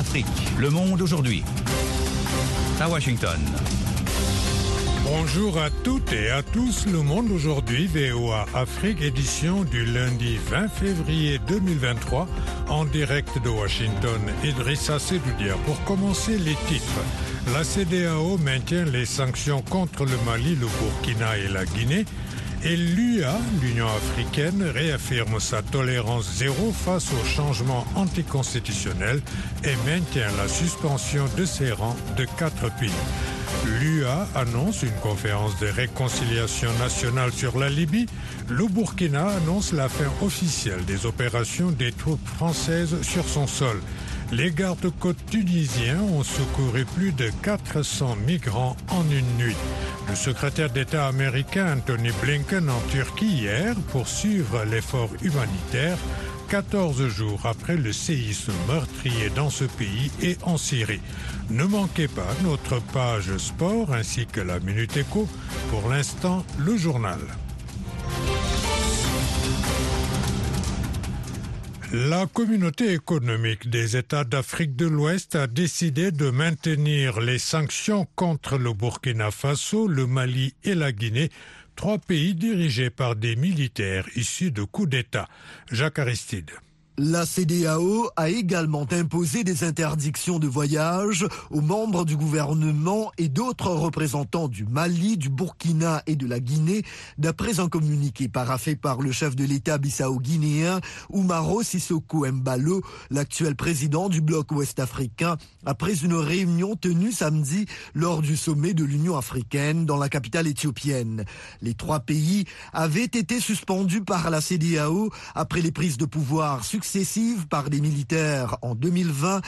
Afrique, le monde aujourd'hui. À Washington. Bonjour à toutes et à tous, le monde aujourd'hui, VOA Afrique, édition du lundi 20 février 2023, en direct de Washington. Idrissa Sedoudia. Pour commencer, les titres. La CEDEAO maintient les sanctions contre le Mali, le Burkina et la Guinée. Et l'UA, l'Union africaine, réaffirme sa tolérance zéro face aux changements anticonstitutionnels et maintient la suspension de ses rangs de 4 pays. L'UA annonce une conférence de réconciliation nationale sur la Libye. Le Burkina annonce la fin officielle des opérations des troupes françaises sur son sol. Les gardes-côtes tunisiens ont secouru plus de 400 migrants en une nuit. Le secrétaire d'État américain Anthony Blinken en Turquie hier pour suivre l'effort humanitaire 14 jours après le séisme meurtrier dans ce pays et en Syrie. Ne manquez pas notre page sport ainsi que la Minute Éco. Pour l'instant, le journal. La communauté économique des États d'Afrique de l'Ouest a décidé de maintenir les sanctions contre le Burkina Faso, le Mali et la Guinée, 3 pays dirigés par des militaires issus de coups d'État. Jacques Aristide. La CEDEAO a également imposé des interdictions de voyage aux membres du gouvernement et d'autres représentants du Mali, du Burkina et de la Guinée, d'après un communiqué paraphé par le chef de l'État bissau-guinéen, Umaro Sissoko Embalo, l'actuel président du bloc ouest-africain, après une réunion tenue samedi lors du sommet de l'Union africaine dans la capitale éthiopienne. Les 3 pays avaient été suspendus par la CEDEAO après les prises de pouvoir successives par des militaires en 2020,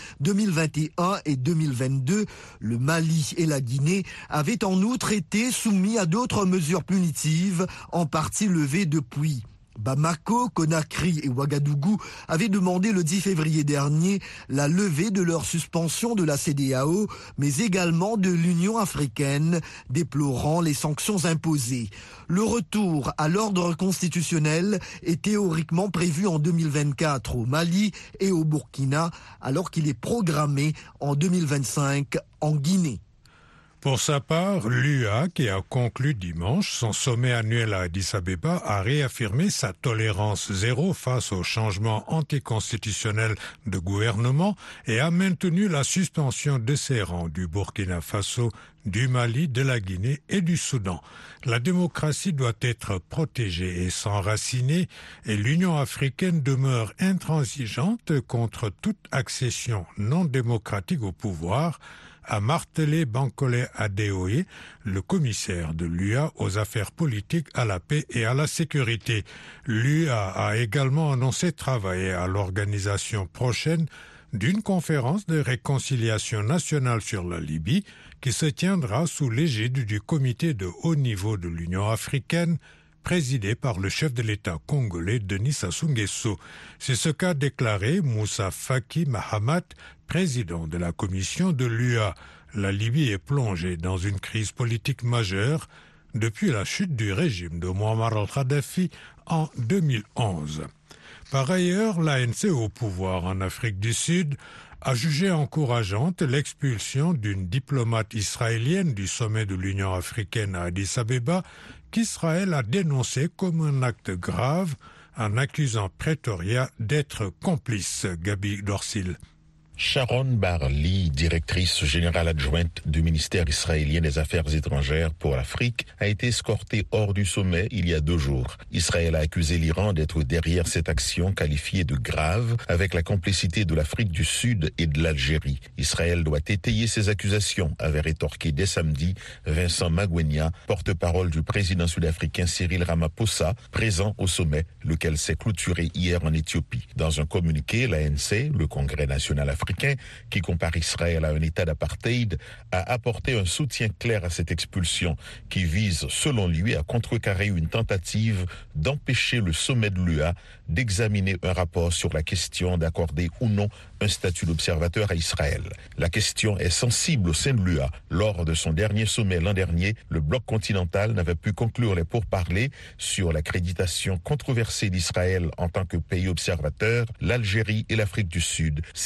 2021 et 2022. Le Mali et la Guinée avaient en outre été soumis à d'autres mesures punitives, en partie levées depuis. Bamako, Conakry et Ouagadougou avaient demandé le 10 février dernier la levée de leur suspension de la CEDEAO, mais également de l'Union africaine, déplorant les sanctions imposées. Le retour à l'ordre constitutionnel est théoriquement prévu en 2024 au Mali et au Burkina, alors qu'il est programmé en 2025 en Guinée. Pour sa part, l'UA, qui a conclu dimanche son sommet annuel à Addis-Abeba, a réaffirmé sa tolérance zéro face aux changements anticonstitutionnels de gouvernement et a maintenu la suspension de ses rangs du Burkina Faso, du Mali, de la Guinée et du Soudan. La démocratie doit être protégée et s'enraciner et l'Union africaine demeure intransigeante contre toute accession non démocratique au pouvoir, a martelé Bankole Adeoye, le commissaire de l'UA aux affaires politiques, à la paix et à la sécurité. L'UA a également annoncé travailler à l'organisation prochaine d'une conférence de réconciliation nationale sur la Libye qui se tiendra sous l'égide du comité de haut niveau de l'Union africaine, présidé par le chef de l'État congolais Denis Sassou Nguesso. C'est ce qu'a déclaré Moussa Faki Mahamat, président de la commission de l'UA. La Libye est plongée dans une crise politique majeure depuis la chute du régime de Muammar al-Kadhafi en 2011. Par ailleurs, l'ANC au pouvoir en Afrique du Sud a jugé encourageante l'expulsion d'une diplomate israélienne du sommet de l'Union africaine à Addis-Abeba qu'Israël a dénoncé comme un acte grave en accusant Pretoria d'être complice. Gabi Dorsil. Sharon Bar-Lee, directrice générale adjointe du ministère israélien des Affaires étrangères pour l'Afrique, a été escortée hors du sommet il y a 2 jours. Israël a accusé l'Iran d'être derrière cette action qualifiée de grave, avec la complicité de l'Afrique du Sud et de l'Algérie. Israël doit étayer ces accusations, avait rétorqué dès samedi Vincent Magwenya, porte-parole du président sud-africain Cyril Ramaphosa, présent au sommet, lequel s'est clôturé hier en Éthiopie. Dans un communiqué, l'ANC, le Congrès national africain, qui compare Israël à un état d'apartheid, a apporté un soutien clair à cette expulsion qui vise, selon lui, à contrecarrer une tentative d'empêcher le sommet de l'UA d'examiner un rapport sur la question d'accorder ou non un statut d'observateur à Israël. La question est sensible au sein de l'UA. Lors de son dernier sommet l'an dernier, le bloc continental n'avait pu conclure les pourparlers sur l'accréditation controversée d'Israël en tant que pays observateur, l'Algérie et l'Afrique du Sud s'y étant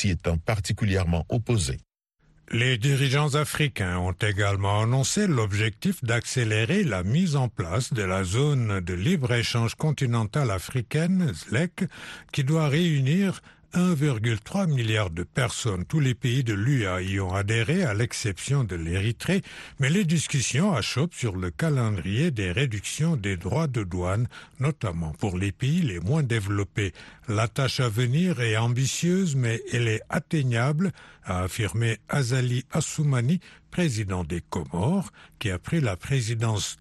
particulièrement opposés. Les dirigeants africains ont également annoncé l'objectif d'accélérer la mise en place de la zone de libre-échange continentale africaine, ZLEC, qui doit réunir 1,3 milliard de personnes. Tous les pays de l'UA y ont adhéré, à l'exception de l'Érythrée, mais les discussions achoppent sur le calendrier des réductions des droits de douane, notamment pour les pays les moins développés. La tâche à venir est ambitieuse, mais elle est atteignable, a affirmé Azali Assoumani, président des Comores, qui a pris la présidence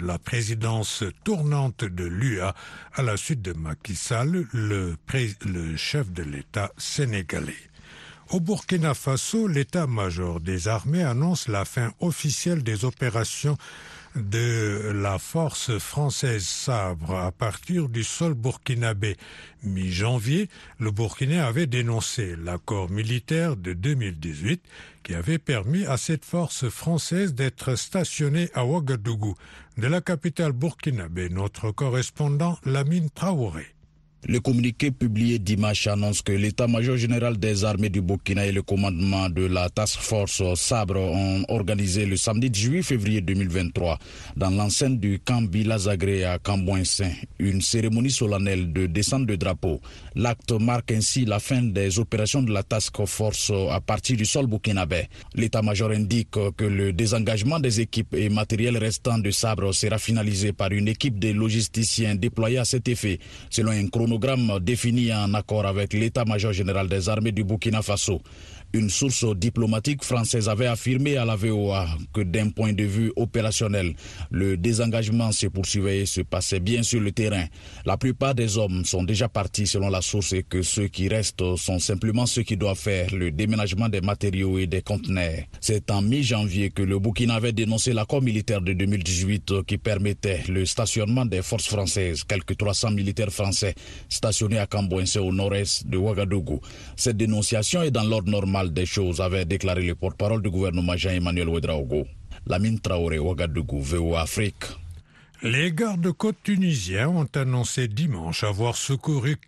tournante de l'UA à la suite de Macky Sall, le chef de l'État sénégalais. Au Burkina Faso, l'état-major des armées annonce la fin officielle des opérations de la force française Sabre à partir du sol burkinabé. Mi-janvier, le Burkina avait dénoncé l'accord militaire de 2018 qui avait permis à cette force française d'être stationnée à Ouagadougou. De la capitale burkinabé, notre correspondant Lamine Traoré. Le communiqué publié dimanche annonce que l'état-major général des armées du Burkina et le commandement de la task force Sabre ont organisé le samedi 18 février 2023 dans l'enceinte du camp Bilazagré à Camboinsin une cérémonie solennelle de descente de drapeau. L'acte marque ainsi la fin des opérations de la task force à partir du sol burkinabé. L'état-major indique que le désengagement des équipes et matériels restants de Sabre sera finalisé par une équipe de logisticiens déployés à cet effet, selon un chronogramme défini en accord avec l'état-major général des armées du Burkina Faso. Une source diplomatique française avait affirmé à la VOA que d'un point de vue opérationnel, le désengagement se poursuivait et se passait bien sur le terrain. La plupart des hommes sont déjà partis selon la source et que ceux qui restent sont simplement ceux qui doivent faire le déménagement des matériaux et des conteneurs. C'est en mi-janvier que le Burkina avait dénoncé l'accord militaire de 2018 qui permettait le stationnement des forces françaises, quelques 300 militaires français stationnés à Camboinsin au nord-est de Ouagadougou. Cette dénonciation est dans l'ordre normal des choses, avait déclaré le porte-parole du gouvernement Jean-Emmanuel Ouedraogo. Lamine Traoré, Ouagadougou, VOA Afrique. Les gardes-côtes tunisiens ont annoncé dimanche avoir secouru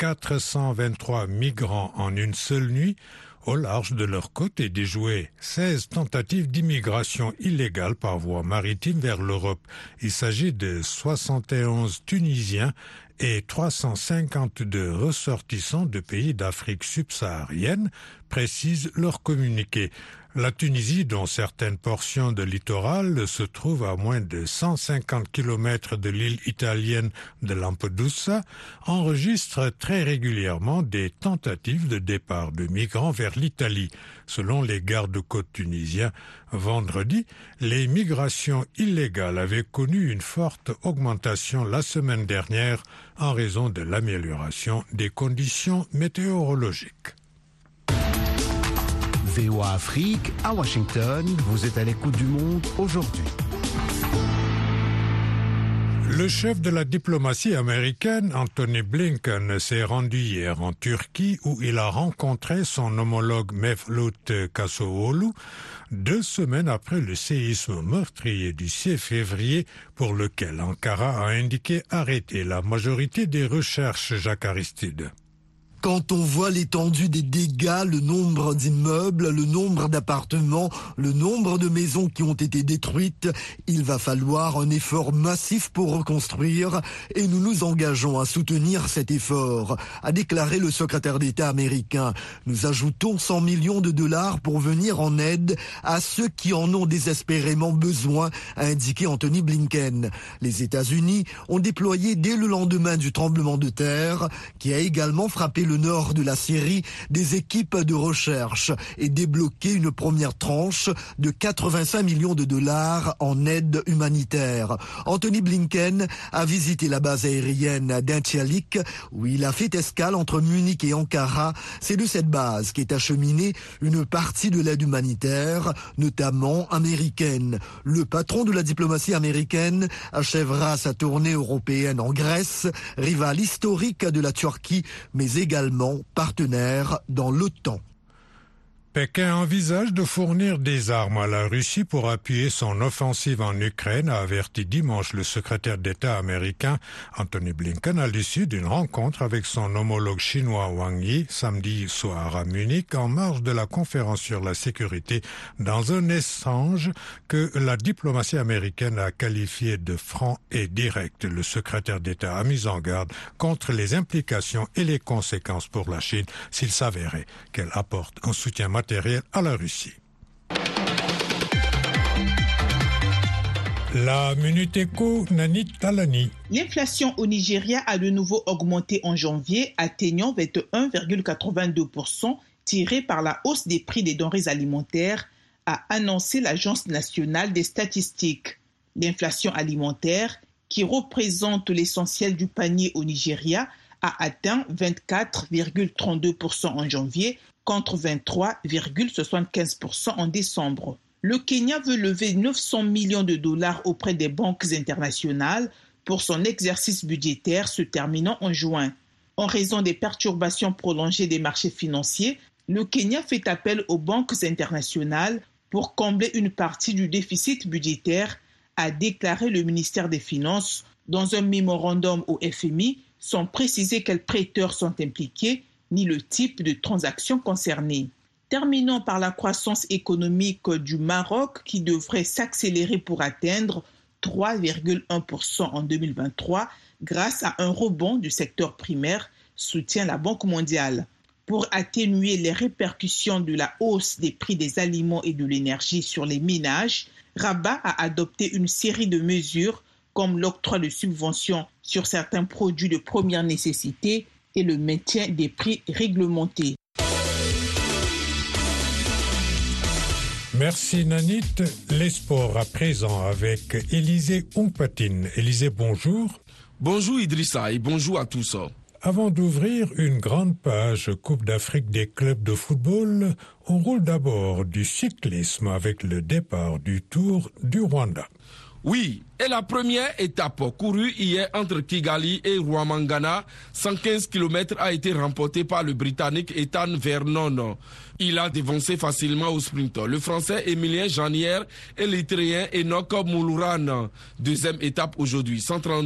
423 migrants en une seule nuit au large de leur côte et déjoué 16 tentatives d'immigration illégale par voie maritime vers l'Europe. Il s'agit de 71 Tunisiens et 352 ressortissants de pays d'Afrique subsaharienne, précise leur communiqué. La Tunisie, dont certaines portions de littoral se trouvent à moins de 150 km de l'île italienne de Lampedusa, enregistre très régulièrement des tentatives de départ de migrants vers l'Italie. Selon les gardes-côtes tunisiens, vendredi, les migrations illégales avaient connu une forte augmentation la semaine dernière en raison de l'amélioration des conditions météorologiques. VOA Afrique, à Washington, vous êtes à l'écoute du monde aujourd'hui. Le chef de la diplomatie américaine, Anthony Blinken, s'est rendu hier en Turquie où il a rencontré son homologue Mevlut Cavusoglu 2 semaines après le séisme meurtrier du 6 février pour lequel Ankara a indiqué arrêter la majorité des recherches. Jacques Aristide. Quand on voit l'étendue des dégâts, le nombre d'immeubles, le nombre d'appartements, le nombre de maisons qui ont été détruites, il va falloir un effort massif pour reconstruire et nous nous engageons à soutenir cet effort, a déclaré le secrétaire d'État américain. Nous ajoutons 100 millions de dollars pour venir en aide à ceux qui en ont désespérément besoin, a indiqué Anthony Blinken. Les États-Unis ont déployé dès le lendemain du tremblement de terre, qui a également frappé le nord de la Syrie, des équipes de recherche et débloqué une première tranche de 85 millions de dollars en aide humanitaire. Anthony Blinken a visité la base aérienne d'Intialik où il a fait escale entre Munich et Ankara. C'est de cette base qu'est acheminée une partie de l'aide humanitaire, notamment américaine. Le patron de la diplomatie américaine achèvera sa tournée européenne en Grèce, rivale historique de la Turquie, mais également partenaire dans l'OTAN. Pékin envisage de fournir des armes à la Russie pour appuyer son offensive en Ukraine, a averti dimanche le secrétaire d'État américain Anthony Blinken à l'issue d'une rencontre avec son homologue chinois Wang Yi samedi soir à Munich en marge de la conférence sur la sécurité, dans un échange que la diplomatie américaine a qualifié de franc et direct. Le secrétaire d'État a mis en garde contre les implications et les conséquences pour la Chine s'il s'avérait qu'elle apporte un soutien matériel à la Russie. La Minute Éco, Nani Talani. L'inflation au Nigeria a de nouveau augmenté en janvier, atteignant 21,82%, tirée par la hausse des prix des denrées alimentaires, a annoncé l'Agence nationale des statistiques. L'inflation alimentaire, qui représente l'essentiel du panier au Nigeria, a atteint 24,32% en janvier, contre 23,75% en décembre. Le Kenya veut lever 900 millions de dollars auprès des banques internationales pour son exercice budgétaire se terminant en juin. En raison des perturbations prolongées des marchés financiers, le Kenya fait appel aux banques internationales pour combler une partie du déficit budgétaire, a déclaré le ministère des Finances dans un mémorandum au FMI, sans préciser quels prêteurs sont impliqués ni le type de transactions concernées. Terminons par la croissance économique du Maroc qui devrait s'accélérer pour atteindre 3,1% en 2023 grâce à un rebond du secteur primaire, soutient la Banque mondiale. Pour atténuer les répercussions de la hausse des prix des aliments et de l'énergie sur les ménages, Rabat a adopté une série de mesures comme l'octroi de subventions sur certains produits de première nécessité et le maintien des prix réglementés. Merci Nanit. Les sports à présent avec Élisée Ompatine. Élisée, bonjour. Bonjour Idrissa et bonjour à tous. Avant d'ouvrir une grande page Coupe d'Afrique des clubs de football, on roule d'abord du cyclisme avec le départ du Tour du Rwanda. Oui, et la première étape courue hier entre Kigali et Rwamangana, 115 km, a été remportée par le Britannique Ethan Vernon. Il a dévancé facilement au sprint le Français Emilien Janière et l'Érythréen Enoch Moulouran. Deuxième étape aujourd'hui,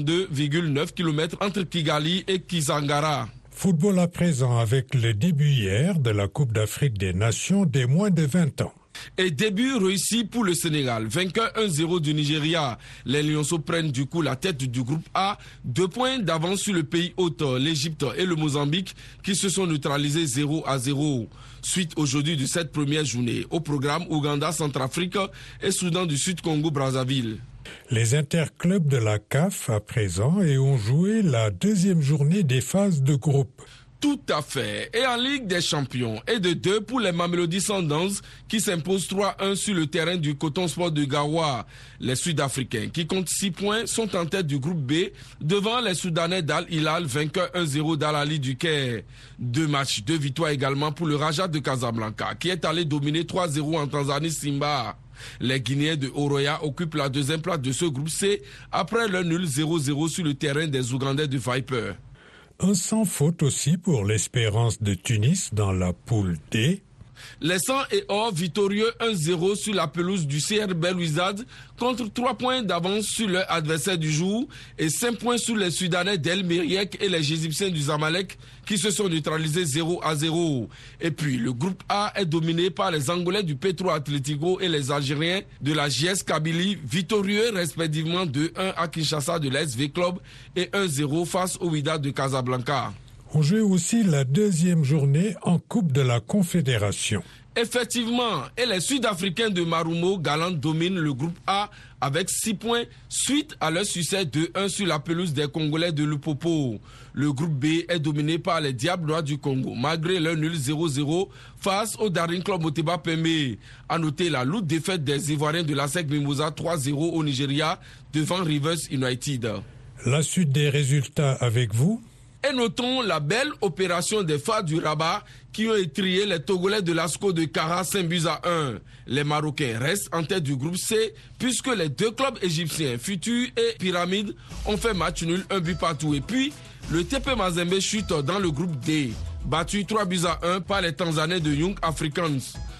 132,9 km entre Kigali et Kisangara. Football à présent avec le début hier de la Coupe d'Afrique des Nations des moins de 20 ans. Et début réussi pour le Sénégal. Vainqueur 1-0 du Nigeria. Les Lionceaux prennent du coup la tête du groupe A. 2 points d'avance sur le pays hôte, l'Égypte et le Mozambique, qui se sont neutralisés 0-0. Suite aujourd'hui de cette première journée. Au programme Ouganda, Centrafrique et Soudan du Sud, Congo-Brazzaville. Les interclubs de la CAF à présent et ont joué la deuxième journée des phases de groupe. Tout à fait. Et en Ligue des Champions, et de 2 pour les Mamelody Sundowns qui s'imposent 3-1 sur le terrain du Coton Sport de Garoua. Les Sud-Africains qui comptent 6 points sont en tête du groupe B devant les Soudanais d'Al Hilal, vainqueur 1-0 d'Al-Ali du Caire. 2 matchs, 2 victoires également pour le Raja de Casablanca qui est allé dominer 3-0 en Tanzanie Simba. Les Guinéens de Oroya occupent la deuxième place de ce groupe C après le nul 0-0 sur le terrain des Ougandais de Viper. Un sans faute aussi pour l'Espérance de Tunis dans la poule D. Les 100 et or victorieux 1-0 sur la pelouse du CR Belouizdad contre 3 points d'avance sur leur adversaire du jour et 5 points sur les Soudanais d'El Meriek et les Égyptiens du Zamalek qui se sont neutralisés 0-0. Et puis le groupe A est dominé par les Angolais du Petro Atlético et les Algériens de la JS Kabylie, victorieux respectivement 2-1 à Kinshasa de l'SV Club et 1-0 face au Wydad de Casablanca. On joue aussi la deuxième journée en Coupe de la Confédération. Effectivement, et les Sud-Africains de Marumo Galant dominent le groupe A avec 6 points suite à leur succès 2-1 sur la pelouse des Congolais de Lupopo. Le groupe B est dominé par les Diables Noirs du Congo, malgré leur nul 0-0 face au Daring Club Moteba Pembe. A noter la lourde défaite des Ivoiriens de la SEC Mimosa 3-0 au Nigeria devant Rivers United. La suite des résultats avec vous. Et notons la belle opération des Phares du Rabat qui ont étrié les Togolais de l'ASCO de Kara 5-1. Les Marocains restent en tête du groupe C puisque les 2 clubs égyptiens, Futur et Pyramide, ont fait match nul 1 but partout. Et puis, le TP Mazembe chute dans le groupe D, battu 3-1 par les Tanzaniens de Young Africans.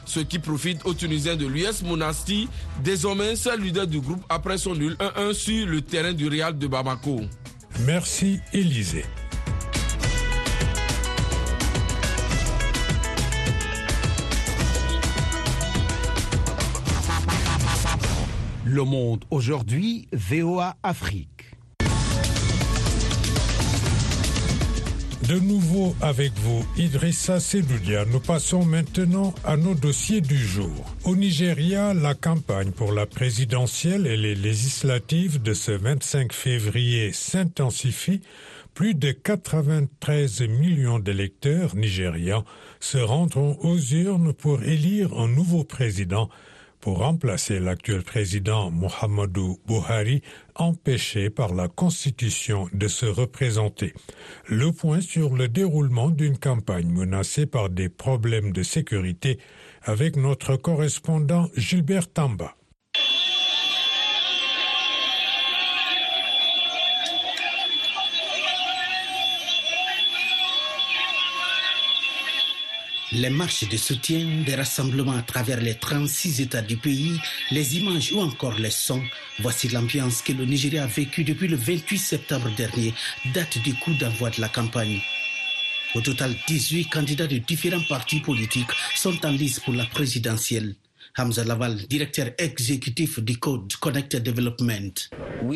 ce qui profite aux Tunisiens de l'US Monastir, désormais seul leader du groupe après son nul 1-1 sur le terrain du Real de Bamako. Merci Élisée. Le Monde aujourd'hui, VOA Afrique. De nouveau avec vous, Idrissa Seloudia. Nous passons maintenant à nos dossiers du jour. Au Nigeria, la campagne pour la présidentielle et les législatives de ce 25 février s'intensifie. Plus de 93 millions d'électeurs nigérians se rendront aux urnes pour élire un nouveau président pour remplacer l'actuel président Muhammadu Buhari, empêché par la Constitution de se représenter. Le point sur le déroulement d'une campagne menacée par des problèmes de sécurité avec notre correspondant Gilbert Tamba. Les marches de soutien, des rassemblements à travers les 36 États du pays, les images ou encore les sons, voici l'ambiance que le Nigeria a vécue depuis le 28 septembre dernier, date du coup d'envoi de la campagne. Au total, 18 candidats de différents partis politiques sont en lice pour la présidentielle. Hamza Lawal, directeur exécutif du Code Connected Development.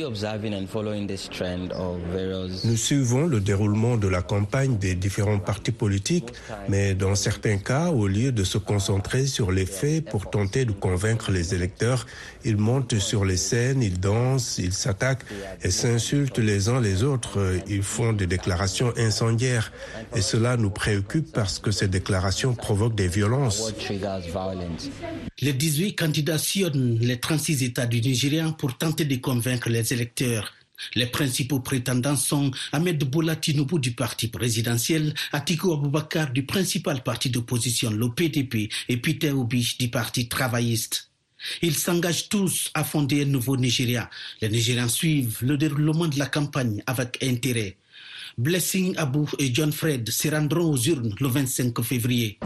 Nous suivons le déroulement de la campagne des différents partis politiques, mais dans certains cas, au lieu de se concentrer sur les faits pour tenter de convaincre les électeurs, ils montent sur les scènes, ils dansent, ils s'attaquent et s'insultent les uns les autres. Ils font des déclarations incendiaires et cela nous préoccupe parce que ces déclarations provoquent des violences. Les 18 candidats sillonnent les 36 États du Nigeria pour tenter de convaincre les électeurs. Les principaux prétendants sont Ahmed Bola Tinubu du parti présidentiel, Atiku Abubakar du principal parti d'opposition, le PDP, et Peter Obi du parti travailliste. Ils s'engagent tous à fonder un nouveau Nigeria. Les Nigérians suivent le déroulement de la campagne avec intérêt. Blessing Abou et John Fred se rendront aux urnes le 25 février.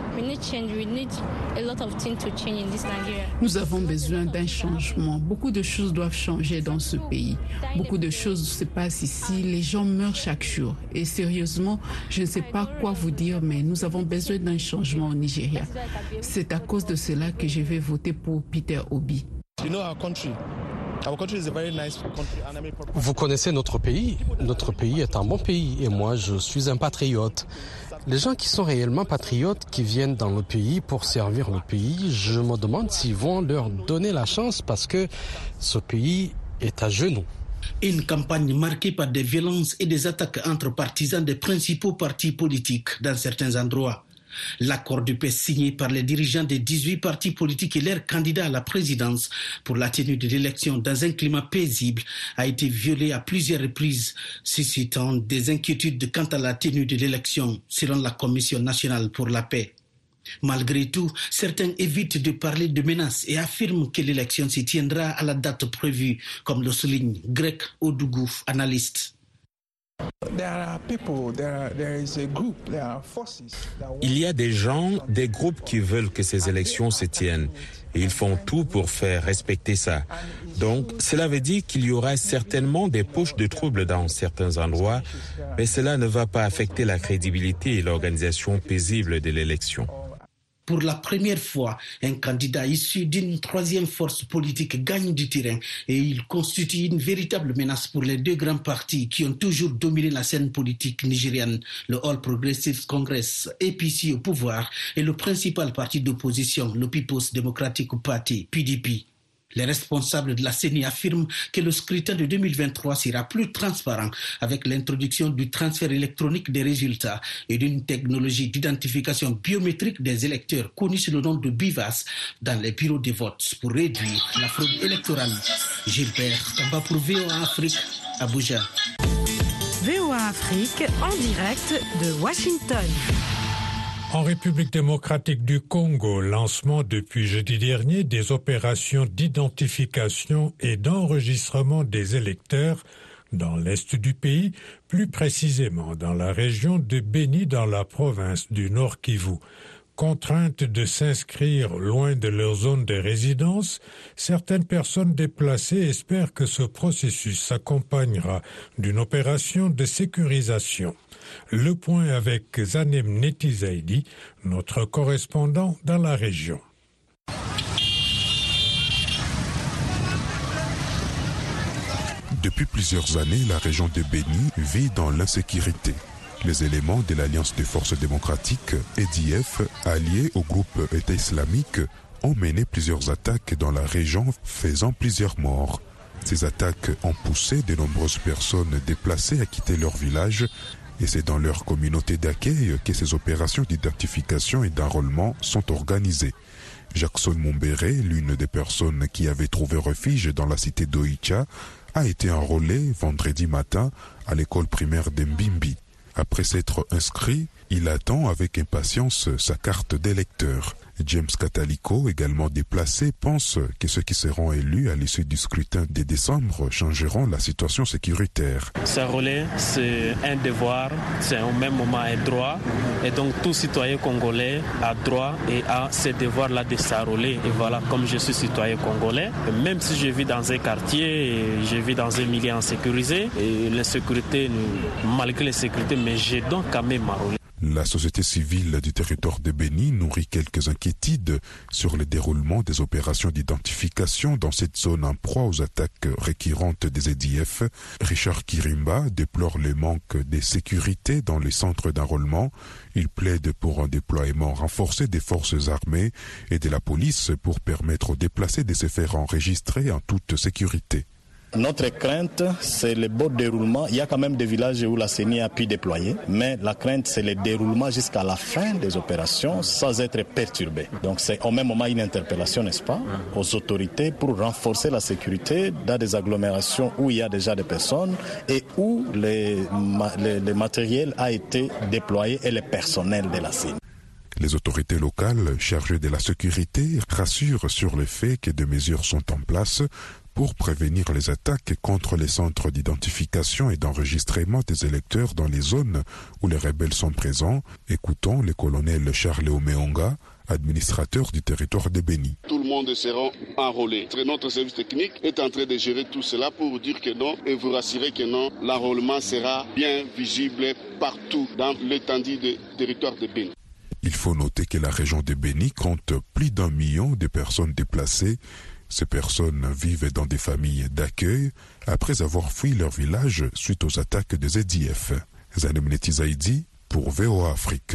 Nous avons besoin d'un changement. Beaucoup de choses doivent changer dans ce pays. Beaucoup de choses se passent ici. Les gens meurent chaque jour. Et sérieusement, je ne sais pas quoi vous dire, mais nous avons besoin d'un changement au Nigeria. C'est à cause de cela que je vais voter pour Peter Obi. Vous connaissez notre pays. Notre pays est un bon pays et moi, je suis un patriote. Les gens qui sont réellement patriotes, qui viennent dans le pays pour servir le pays, je me demande s'ils vont leur donner la chance parce que ce pays est à genoux. Une campagne marquée par des violences et des attaques entre partisans des principaux partis politiques dans certains endroits. L'accord de paix signé par les dirigeants des 18 partis politiques et leurs candidats à la présidence pour la tenue de l'élection dans un climat paisible a été violé à plusieurs reprises, suscitant des inquiétudes quant à la tenue de l'élection, selon la Commission nationale pour la paix. Malgré tout, certains évitent de parler de menaces et affirment que l'élection se tiendra à la date prévue, comme le souligne Greg Odougou, analyste. Il y a des gens, des groupes qui veulent que ces élections se tiennent et ils font tout pour faire respecter ça. Donc, cela veut dire qu'il y aura certainement des poches de troubles dans certains endroits, mais cela ne va pas affecter la crédibilité et l'organisation paisible de l'élection. Pour la première fois, un candidat issu d'une troisième force politique gagne du terrain et il constitue une véritable menace pour les deux grands partis qui ont toujours dominé la scène politique nigériane, le All Progressive Congress, APC au pouvoir, et le principal parti d'opposition, le People's Democratic Party, PDP. Les responsables de la CENI affirment que le scrutin de 2023 sera plus transparent avec l'introduction du transfert électronique des résultats et d'une technologie d'identification biométrique des électeurs connue sous le nom de BIVAS dans les bureaux de vote pour réduire la fraude électorale. Gilbert Tamba pour VOA Afrique, Abuja. VOA Afrique en direct de Washington. En République démocratique du Congo, lancement depuis jeudi dernier des opérations d'identification et d'enregistrement des électeurs dans l'est du pays, plus précisément dans la région de Béni dans la province du Nord Kivu. Contraintes de s'inscrire loin de leur zone de résidence, certaines personnes déplacées espèrent que ce processus s'accompagnera d'une opération de sécurisation. Le point avec Zanem Netizaidi, notre correspondant dans la région. Depuis plusieurs années, la région de Béni vit dans l'insécurité. Les éléments de l'Alliance des forces démocratiques, EDF, alliés au groupe État islamique, ont mené plusieurs attaques dans la région, faisant plusieurs morts. Ces attaques ont poussé de nombreuses personnes déplacées à quitter leur village, et c'est dans leur communauté d'accueil que ces opérations d'identification et d'enrôlement sont organisées. Jackson Mumbere, l'une des personnes qui avait trouvé refuge dans la cité d'Oicha, a été enrôlé vendredi matin à l'école primaire d'Mbimbi. Après s'être inscrit, il attend avec impatience sa carte d'électeur. James Catalico, également déplacé, pense que ceux qui seront élus à l'issue du scrutin de décembre changeront la situation sécuritaire. S'enrôler, c'est un devoir, c'est au même moment un droit. Et donc tout citoyen congolais a droit et a ce devoir-là de s'enrôler. Et voilà, comme je suis citoyen congolais, même si je vis dans un quartier, je vis dans un milieu insécurisé, et l'insécurité, malgré l'insécurité, mais je dois quand même m'enrôler. La société civile du territoire de Béni nourrit quelques inquiétudes sur le déroulement des opérations d'identification dans cette zone en proie aux attaques récurrentes des EDF. Richard Kirimba déplore le manque de sécurité dans les centres d'enrôlement. Il plaide pour un déploiement renforcé des forces armées et de la police pour permettre aux déplacés de se faire enregistrer en toute sécurité. Notre crainte, c'est le bon déroulement. Il y a quand même des villages où la CENI a pu déployer, mais la crainte, c'est le déroulement jusqu'à la fin des opérations sans être perturbé. Donc c'est au même moment une interpellation, n'est-ce pas, aux autorités pour renforcer la sécurité dans des agglomérations où il y a déjà des personnes et où le matériel a été déployé et le personnel de la CENI. Les autorités locales chargées de la sécurité rassurent sur le fait que des mesures sont en place pour prévenir les attaques contre les centres d'identification et d'enregistrement des électeurs dans les zones où les rebelles sont présents. Écoutons le colonel Charles Omeonga, administrateur du territoire de Béni. Tout le monde sera enrôlé. Notre service technique est en train de gérer tout cela pour vous dire que non et vous rassurer que non, l'enrôlement sera bien visible partout dans l'étendue du territoire de Béni. Il faut noter que la région de Béni compte plus d'1 million de personnes déplacées. Ces personnes vivent dans des familles d'accueil après avoir fui leur village suite aux attaques des EDF. Zanem Netizaidi pour VOA Afrique.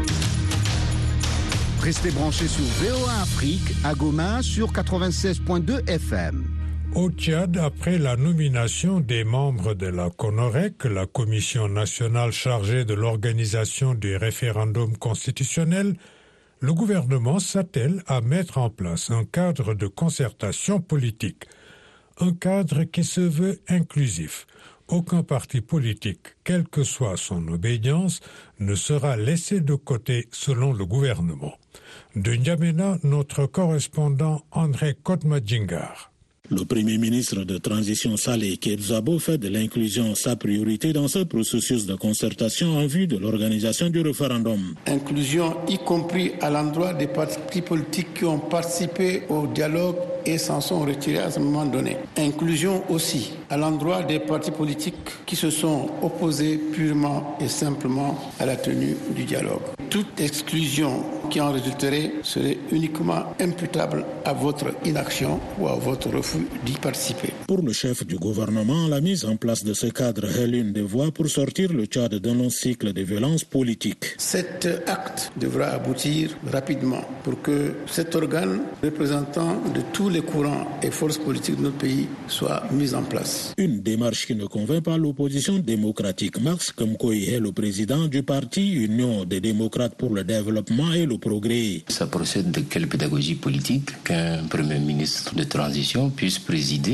Restez branchés sur VOA Afrique à Goma sur 96.2 FM. Au Tchad, après la nomination des membres de la CONOREC, la commission nationale chargée de l'organisation du référendum constitutionnel, le gouvernement s'attelle à mettre en place un cadre de concertation politique, un cadre qui se veut inclusif. Aucun parti politique, quelle que soit son obédience, ne sera laissé de côté selon le gouvernement. De N'Djamena, notre correspondant André Kotmadjingar. Le Premier ministre de transition Saleh Kebzabo fait de l'inclusion sa priorité dans ce processus de concertation en vue de l'organisation du référendum. Inclusion y compris à l'endroit des partis politiques qui ont participé au dialogue et s'en sont retirés à ce moment donné. Inclusion aussi à l'endroit des partis politiques qui se sont opposés purement et simplement à la tenue du dialogue. Toute exclusion qui en résulterait serait uniquement imputable à votre inaction ou à votre refus d'y participer. Pour le chef du gouvernement, la mise en place de ce cadre est l'une des voies pour sortir le Tchad d'un long cycle de violence politique. Cet acte devra aboutir rapidement pour que cet organe représentant de tous les courants et forces politiques de notre pays soit mis en place. Une démarche qui ne convainc pas l'opposition démocratique. Max Kamkoy est le président du parti Union des démocrates pour le développement et le progrès. Ça procède de quelle pédagogie politique qu'un premier ministre de transition puisse présider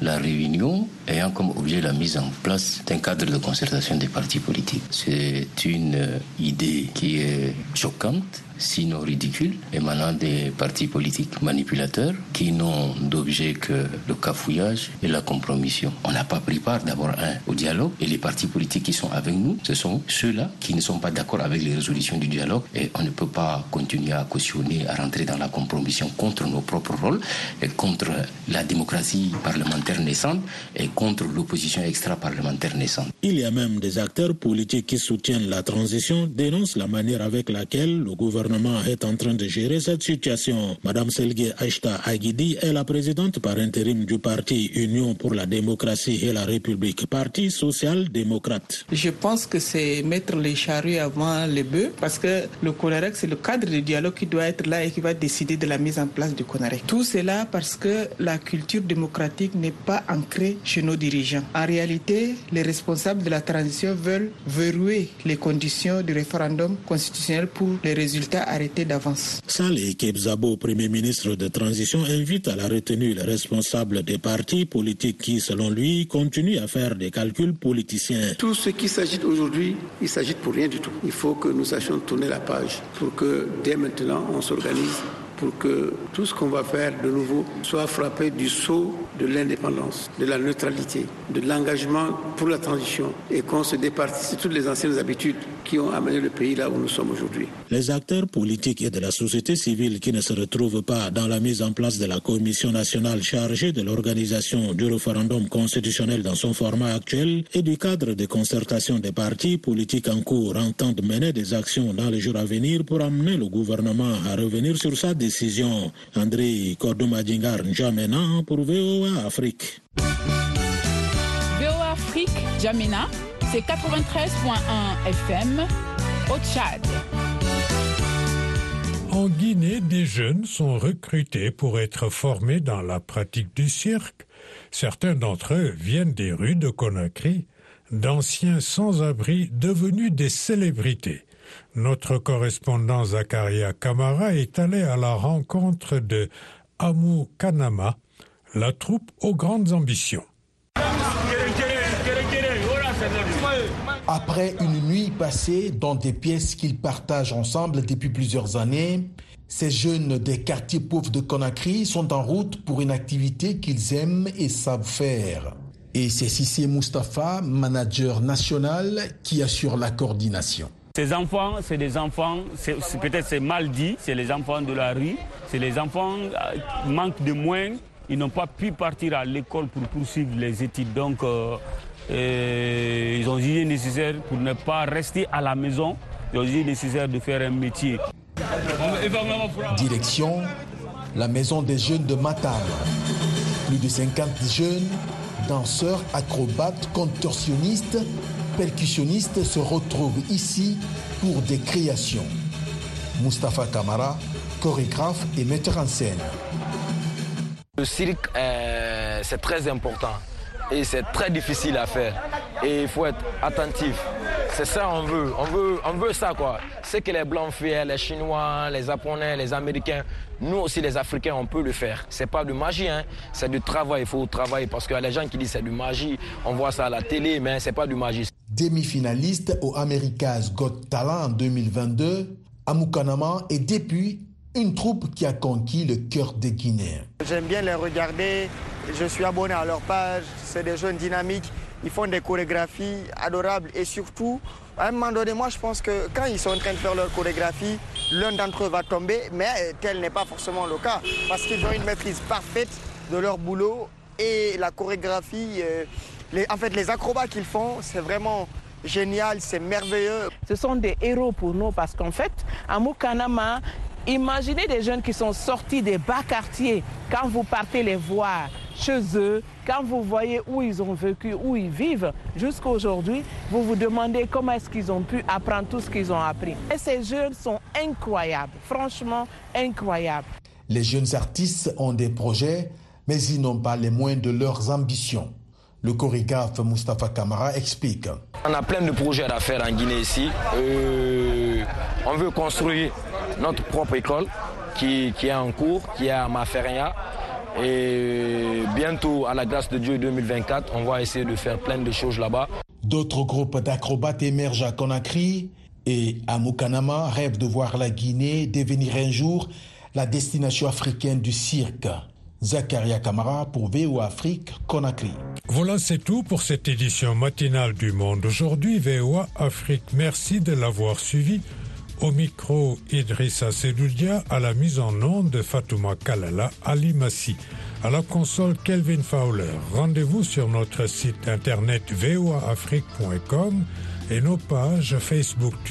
la réunion ayant comme objet la mise en place d'un cadre de concertation des partis politiques. C'est une idée qui est choquante, sinon ridicule, émanant des partis politiques manipulateurs qui n'ont d'objet que le cafouillage et la compromission. On n'a pas pris part d'abord au dialogue et les partis politiques qui sont avec nous, ce sont ceux-là qui ne sont pas d'accord avec les résolutions du dialogue et on ne peut pas continuer à cautionner, à rentrer dans la compromission contre nos propres rôles et contre la démocratie parlementaire naissante et contre l'opposition extra-parlementaire naissante. Il y a même des acteurs politiques qui soutiennent la transition, dénoncent la manière avec laquelle le gouvernement est en train de gérer cette situation. Madame Selge Aïchta Aguidi est la présidente par intérim du parti Union pour la démocratie et la République, parti social-démocrate. Je pense que c'est mettre les charrues avant les bœufs parce que le CONAREC, c'est le cadre de dialogue qui doit être là et qui va décider de la mise en place du CONAREC. Tout cela parce que la culture démocratique n'est pas ancrée chez nos dirigeants. En réalité, les responsables de la transition veulent verrouiller les conditions du référendum constitutionnel pour les résultats arrêtés d'avance. Saleh Kebzabo, Premier ministre de transition, invite à la retenue les responsables des partis politiques qui, selon lui, continuent à faire des calculs politiciens. Tout ce qui s'agite aujourd'hui, il s'agite pour rien du tout. Il faut que nous sachions tourner la page pour que dès maintenant on s'organise pour que tout ce qu'on va faire de nouveau soit frappé du sceau de l'indépendance, de la neutralité, de l'engagement pour la transition et qu'on se départisse de toutes les anciennes habitudes qui ont amené le pays là où nous sommes aujourd'hui. Les acteurs politiques et de la société civile qui ne se retrouvent pas dans la mise en place de la Commission nationale chargée de l'organisation du référendum constitutionnel dans son format actuel et du cadre de concertation des partis politiques en cours entendent mener des actions dans les jours à venir pour amener le gouvernement à revenir sur sa décision. André Kordomadingar N'Djamena pour VOA Afrique. VOA Afrique, N'Djamena, c'est 93.1 FM au Tchad. En Guinée, des jeunes sont recrutés pour être formés dans la pratique du cirque. Certains d'entre eux viennent des rues de Conakry, d'anciens sans-abri devenus des célébrités. Notre correspondant Zakaria Kamara est allé à la rencontre de Amou Kanama, la troupe aux grandes ambitions. Après une nuit passée dans des pièces qu'ils partagent ensemble depuis plusieurs années, ces jeunes des quartiers pauvres de Conakry sont en route pour une activité qu'ils aiment et savent faire. Et c'est Cissé Moustapha, manager national, qui assure la coordination. Ces enfants, c'est des enfants, peut-être c'est mal dit, c'est les enfants de la rue, c'est les enfants qui manquent de moyens, ils n'ont pas pu partir à l'école pour poursuivre les études. Donc, ils ont jugé nécessaire pour ne pas rester à la maison, ils ont jugé nécessaire de faire un métier. Direction, la maison des jeunes de Matam. Plus de 50 jeunes, danseurs, acrobates, contorsionnistes, percussionnistes se retrouvent ici pour des créations. Moustapha Kamara, chorégraphe et metteur en scène. Le cirque, c'est très important et c'est très difficile à faire. Et il faut être attentif. C'est ça on veut ça quoi. Ce que les Blancs font, les Chinois, les Japonais, les Américains, nous aussi les Africains, on peut le faire. C'est pas de magie, c'est du travail. Il faut travailler parce qu'il y a les gens qui disent c'est du magie. On voit ça à la télé, mais c'est pas du magie. Demi-finaliste au America's Got Talent en 2022, Amou Kanama est depuis une troupe qui a conquis le cœur des Guinéens. J'aime bien les regarder, je suis abonné à leur page, c'est des jeunes dynamiques, ils font des chorégraphies adorables et surtout, à un moment donné, moi je pense que quand ils sont en train de faire leur chorégraphie, l'un d'entre eux va tomber, mais tel n'est pas forcément le cas, parce qu'ils ont une maîtrise parfaite de leur boulot et la chorégraphie, les acrobats qu'ils font, c'est vraiment génial, c'est merveilleux. Ce sont des héros pour nous parce qu'en fait, Amou Kanama, imaginez des jeunes qui sont sortis des bas quartiers. Quand vous partez les voir chez eux, quand vous voyez où ils ont vécu, où ils vivent, jusqu'à aujourd'hui, vous vous demandez comment est-ce qu'ils ont pu apprendre tout ce qu'ils ont appris. Et ces jeunes sont incroyables, franchement incroyables. Les jeunes artistes ont des projets, mais ils n'ont pas les moyens de leurs ambitions. Le chorégraphe Moustapha Kamara explique. On a plein de projets à faire en Guinée ici. On veut construire notre propre école qui est en cours, qui est à Maferia. Et bientôt, à la grâce de Dieu 2024, on va essayer de faire plein de choses là-bas. D'autres groupes d'acrobates émergent à Conakry et à Moukanama rêvent de voir la Guinée devenir un jour la destination africaine du cirque. Zakaria Kamara pour VOA Afrique, Conakry. Voilà, c'est tout pour cette édition matinale du Monde. Aujourd'hui, VOA Afrique, merci de l'avoir suivi. Au micro, Idrissa Sedoudia, à la mise en onde de Fatouma Kalala Ali Massi. À la console, Kelvin Fowler. Rendez-vous sur notre site internet voaafrique.com et nos pages Facebook,